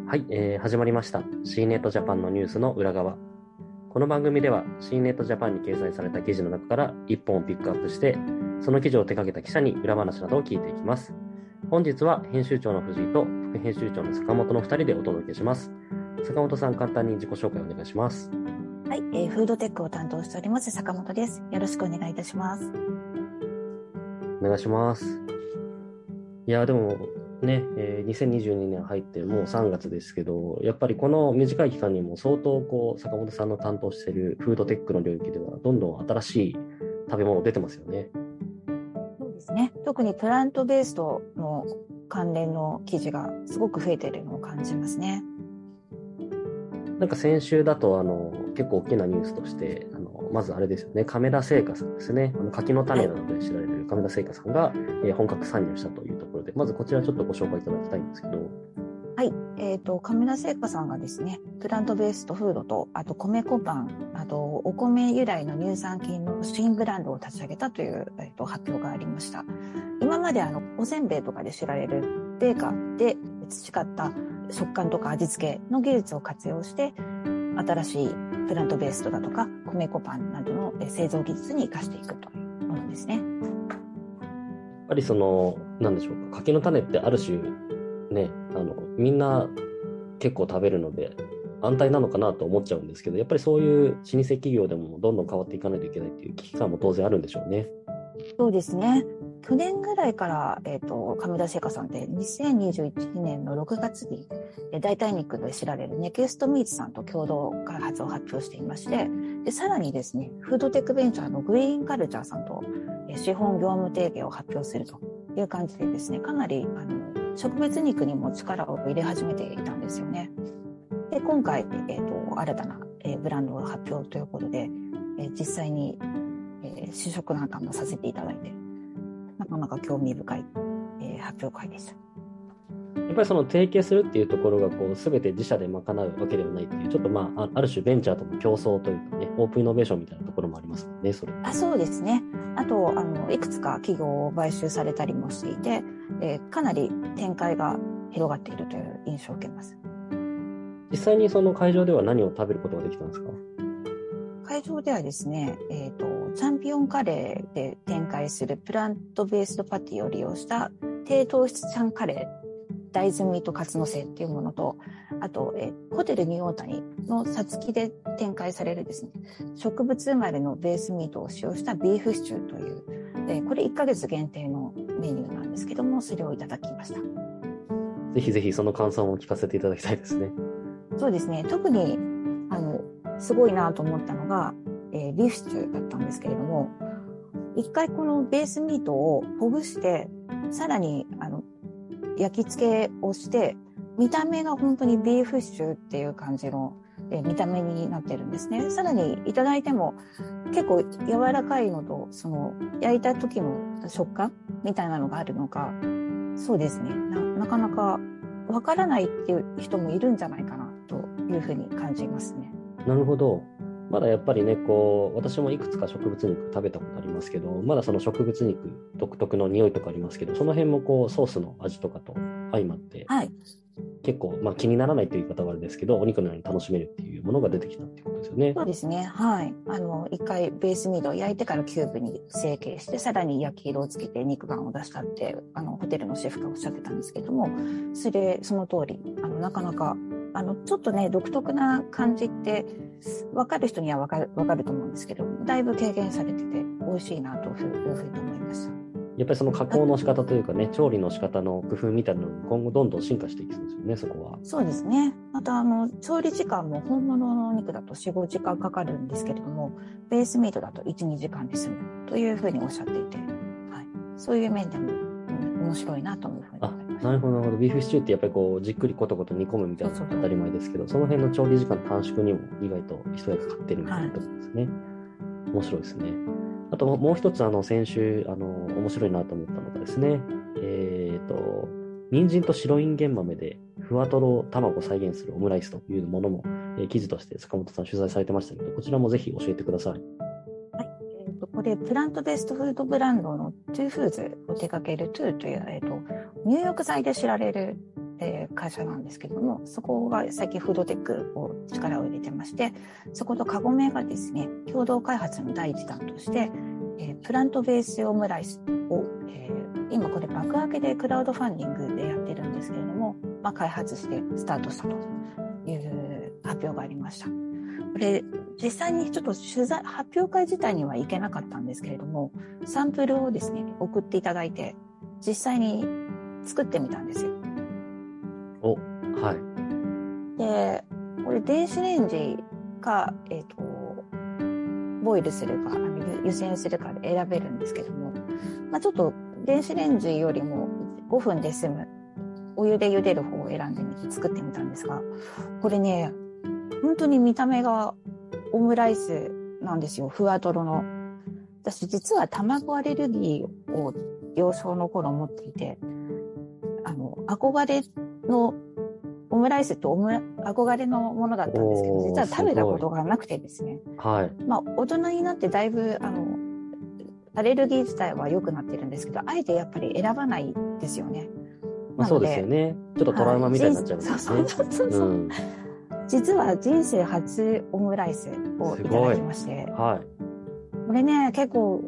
はい、始まりました。C ネットジャパンのニュースの裏側。この番組では C ネットジャパンに掲載された記事の中から1本をピックアップして、その記事を手掛けた記者に裏話などを聞いていきます。本日は編集長の藤井と副編集長の坂本の2人でお届けします。坂本さん、簡単に自己紹介をお願いします。 はい、フードテックを担当しております坂本です。よろしくお願いいたします。 お願いします。いや、でもね、2022年入ってもう3月ですけど、やっぱりこの短い期間にも相当坂本さんの担当しているフードテックの領域ではどんどん新しい食べ物出てますよね。 そうですね。特にプラントベースとの関連の記事がすごく増えているのを感じますね。 なんか先週だと結構大きなニュースとしてまずあれですよね、亀田製菓さんですね。柿の種などで知られる亀田製菓さんが、本格参入したというところで、まずこちらちょっとご紹介いただきたいんですけど。 はい、亀田製菓さんがですね、プラントベースとフードと、あと米粉パン、あとお米由来の乳酸菌の新ブランドを立ち上げたという、発表がありました。今までおせんべいとかで知られるベーカーで培った食感とか味付けの技術を活用して、新しいプラントベーストだとか米粉パンなどの製造技術に生かしていくというものですね。やっぱりなんでしょうか、柿の種ってある種ね、みんな結構食べるので安泰なのかなと思っちゃうんですけど、やっぱりそういう老舗企業でもどんどん変わっていかないといけないっていう危機感も当然あるんでしょうね。 そうですね。去年ぐらいから、亀田製菓さんって2021年の6月に代替肉で知られるネクストミーツさんと共同開発を発表していまして、でさらにですね、フードテックベンチャーのグリーンカルチャーさんと資本業務提携を発表するという感じでですね、かなり植物肉にも力を入れ始めていたんですよね。で今回、新たなブランドを発表ということで、実際に試食なんかもさせていただいて、なかなか興味深い、発表会でした。 やっぱり提携するっていうところが全て自社で賄うわけではないっていう、ちょっとある種ベンチャーとの競争というかね、オープンイノベーションみたいなところもありますもんね、それ。 そうですね。あといくつか企業を買収されたりもしていて、かなり展開が広がっているという印象を受けます。 実際にその会場では何を食べることができたんですか？ 会場ではですね、チャンピオンカレーで展開するプラントベースドパティを利用した低糖質チャンカレー、大豆ミートカツのせっていうものと、あと、ホテルニューオータニのさつきで展開されるですね、植物生まれのベースミートを使用したビーフシチューという、これ1ヶ月限定のメニューなんですけども、それをいただきました。 ぜひぜひその感想も聞かせていただきたいですね。 そうですね。特にすごいなと思ったのが、ビーフシチューだったんですけれども、一回このベースミートをほぐして、さらに焼き付けをして、見た目が本当にビーフシチューっていう感じの、見た目になってるんですね。さらにいただいても結構柔らかいのと、焼いた時の食感みたいなのがあるのか、そうですね。なかなかわからないっていう人もいるんじゃないかなというふうに感じますね。 なるほど。まだやっぱりね、私もいくつか植物肉食べたことありますけど、まだその植物肉独特の匂いとかありますけど、その辺もソースの味とかと相まって、 はい、 結構、気にならないという言い方はあれですけど、お肉のように楽しめるっていうものが出てきたっていうことですよね。 そうですね。はい。一回ベースミートを焼いてからキューブに成形して、さらに焼き色をつけて肉眼を出したって、ホテルのシェフがおっしゃってたんですけども、その通り、なかなか、ちょっとね、独特な感じって、分かる人には分かると思うんですけど、だいぶ軽減されてて、美味しいなというふうに思いました。 やっぱりその加工の仕方というかね、調理の仕方の工夫みたいなのも今後どんどん進化していきそうですよね、そこは。 そうですね。また調理時間も本物のお肉だと4、5時間かかるんですけれども、ベースミートだと1、2時間で済むというふうにおっしゃっていて、はい、そういう面でも、面白いなというふうに思いました。 なるほどなるほど。ビーフシチューってやっぱりじっくりコトコト煮込むみたいなのが当たり前ですけど、その辺の調理時間短縮にも意外と一役買ってるみたいなところですね。面白いですね。あともう一つ先週面白いなと思ったのがですね、人参と白インゲン豆でふわとろ卵を再現するオムライスというものも、記事として坂本さん取材されてましたので、こちらもぜひ教えてください。 はい。これプラントベーストフードブランドのトゥーフーズを手掛けるトゥーという、入浴剤で知られる会社なんですけども、そこが最近フードテックを力を入れてまして、そことカゴメがですね、共同開発の第一弾として、プラントベースオムライスを、今これ爆開けでクラウドファンディングでやってるんですけれども、開発してスタートしたという発表がありました。これ実際にちょっと発表会自体には行けなかったんですけれども、サンプルをですね送っていただいて実際に作ってみたんですよ。 はい。 で、これ電子レンジかボイルするか湯煎するかで選べるんですけども、ちょっと電子レンジよりも5分で済むお湯で茹でる方を選んでみて作ってみたんですが、これね本当に見た目がオムライスなんですよ。ふわとろの。私実は卵アレルギーを幼少の頃持っていて、憧れのオムライスって憧れのものだったんですけど、実は食べたことがなくてですね。 はい。 大人になってだいぶアレルギー自体は良くなってるんですけど、あえてやっぱり選ばないですよね。 そうですよね。ちょっとトラウマみたいになっちゃいますね。 そう実は人生初オムライスをいただきまして、 はい。 これね結構、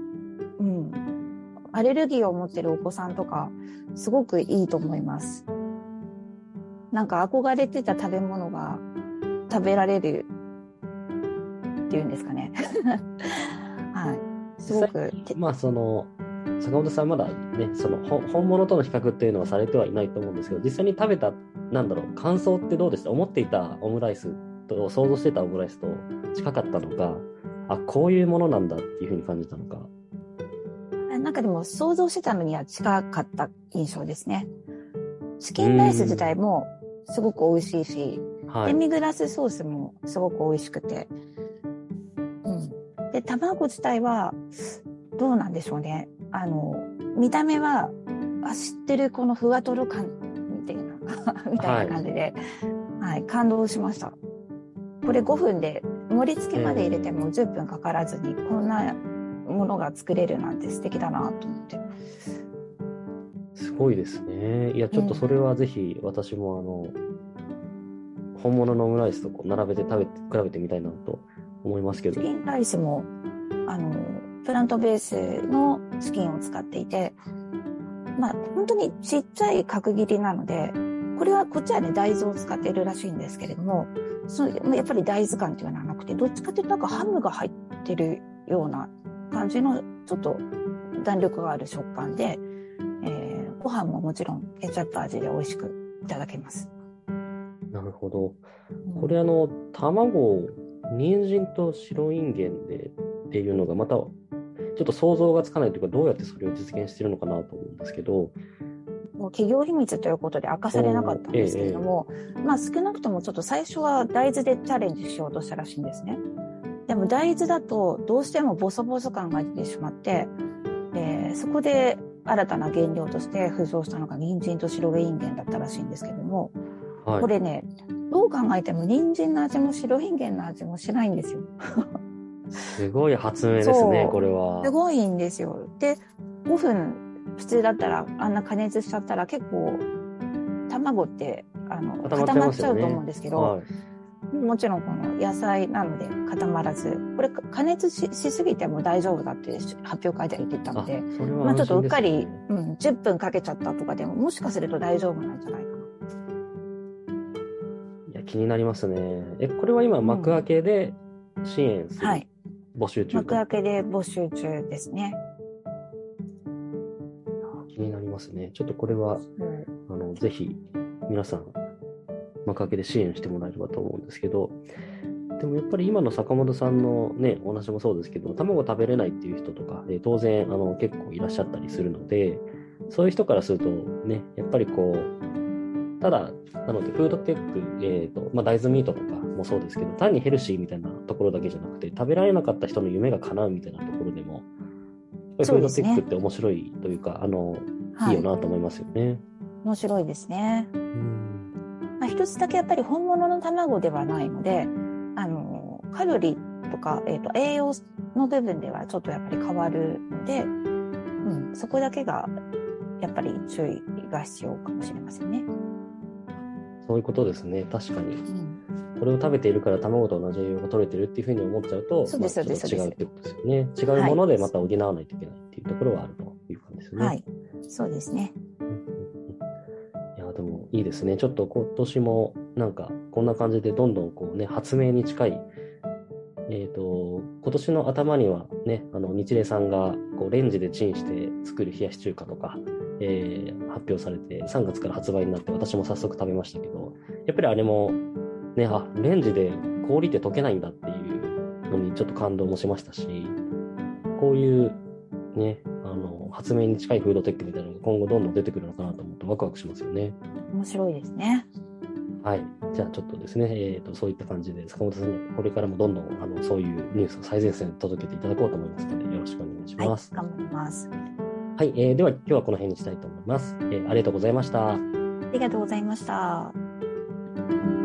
アレルギーを持ってるお子さんとかすごくいいと思います。なんか憧れてた食べ物が食べられるっていうんですかね。はい。すごく。 坂本さんまだね、本物との比較っていうのはされてはいないと思うんですけど、実際に食べた、感想ってどうでした？思っていたオムライスと、想像してたオムライスと近かったのか、こういうものなんだっていうふうに感じたのか。 なんかでも想像してたのには近かった印象ですね。チキンライス自体もすごく美味しいし、デミグラスソースもすごく美味しくて、で、卵自体はどうなんでしょうね。見た目は知ってるこのふわとろ感みたいな感じで、感動しました。これ5分で盛り付けまで入れても10分かからずにこんなものが作れるなんて素敵だなと思って。 すごいですね。いや、ちょっとそれはぜひ私も本物のオムライスと並べて比べてみたいなと思いますけど。 チキンライスもプラントベースのチキンを使っていて、本当にちっちゃい角切りなので、こっちはね大豆を使っているらしいんですけれども、やっぱり大豆感っていうのはなくて、どっちかというとなんかハムが入ってるような感じのちょっと弾力がある食感で、ご飯ももちろんケチャップ味で美味しくいただけます。 なるほど。これ卵を人参と白インゲンでっていうのがまたちょっと想像がつかないというか、どうやってそれを実現しているのかなと思うんですけど、 もう企業秘密ということで明かされなかったんですけれども、少なくともちょっと最初は大豆でチャレンジしようとしたらしいんですね。でも大豆だとどうしてもボソボソ感が出てしまって、そこで新たな原料として浮上したのが人参と白インゲンだったらしいんですけども、これねどう考えても人参の味も白インゲンの味もしないんですよ。 すごい発明ですね、これは。 すごいんですよ。で、5分普通だったらあんな加熱しちゃったら結構卵って固まっちゃうと思うんですけど、もちろんこの野菜なので固まらず、これ加熱 しすぎても大丈夫だって発表会では言ってたので、ちょっとうっかり、10分かけちゃったとかでももしかすると大丈夫なんじゃないかな。 いや、気になりますね。これは今幕開けで支援する、募集中。 幕開けで募集中ですね。 気になりますね。ちょっとこれは、ぜひ皆さん幕開けで支援してもらえればと思うんですけど、でもやっぱり今の坂本さんのね、お話もそうですけど、卵食べれないっていう人とか、当然結構いらっしゃったりするので、そういう人からするとね、やっぱりただ、なのでフードテック、大豆ミートとかもそうですけど、単にヘルシーみたいなところだけじゃなくて、食べられなかった人の夢が叶うみたいなところでも、やっぱりフードテックって面白いというか、いいよなと思いますよね。 面白いですね。一つだけやっぱり本物の卵ではないので、カロリーとか、栄養の部分ではちょっとやっぱり変わるので、そこだけがやっぱり注意が必要かもしれませんね。 そういうことですね。確かに。 うん、 これを食べているから卵と同じ栄養が取れてるっていうふうに思っちゃうと、 そうです、そうです、 ちょっと違うってことですよね。違うはい。 ものでまた補わないといけないっていうところはあるという感じですね。 はい。そうですね。 いや、でもいいですね。ちょっと今年もなんかこんな感じでどんどんこうね、発明に近い、今年の頭にはね、日霊さんがこうレンジでチンして作る冷やし中華とか、発表されて3月から発売になって私も早速食べましたけど、やっぱりあれもね、レンジで氷って溶けないんだっていうのにちょっと感動もしましたし、こういうね、発明に近いフードテックみたいなのが今後どんどん出てくるのかなと思ってワクワクしますよね。 面白いですね。 はい。じゃあちょっとですね、そういった感じで坂本さんにこれからもどんどんそういうニュースを最前線で届けていただこうと思いますので、よろしくお願いしはい。 ます。 頑張ります。 はい。では今日はこの辺にしたいと思います。ありがとうございました。 ありがとうございました。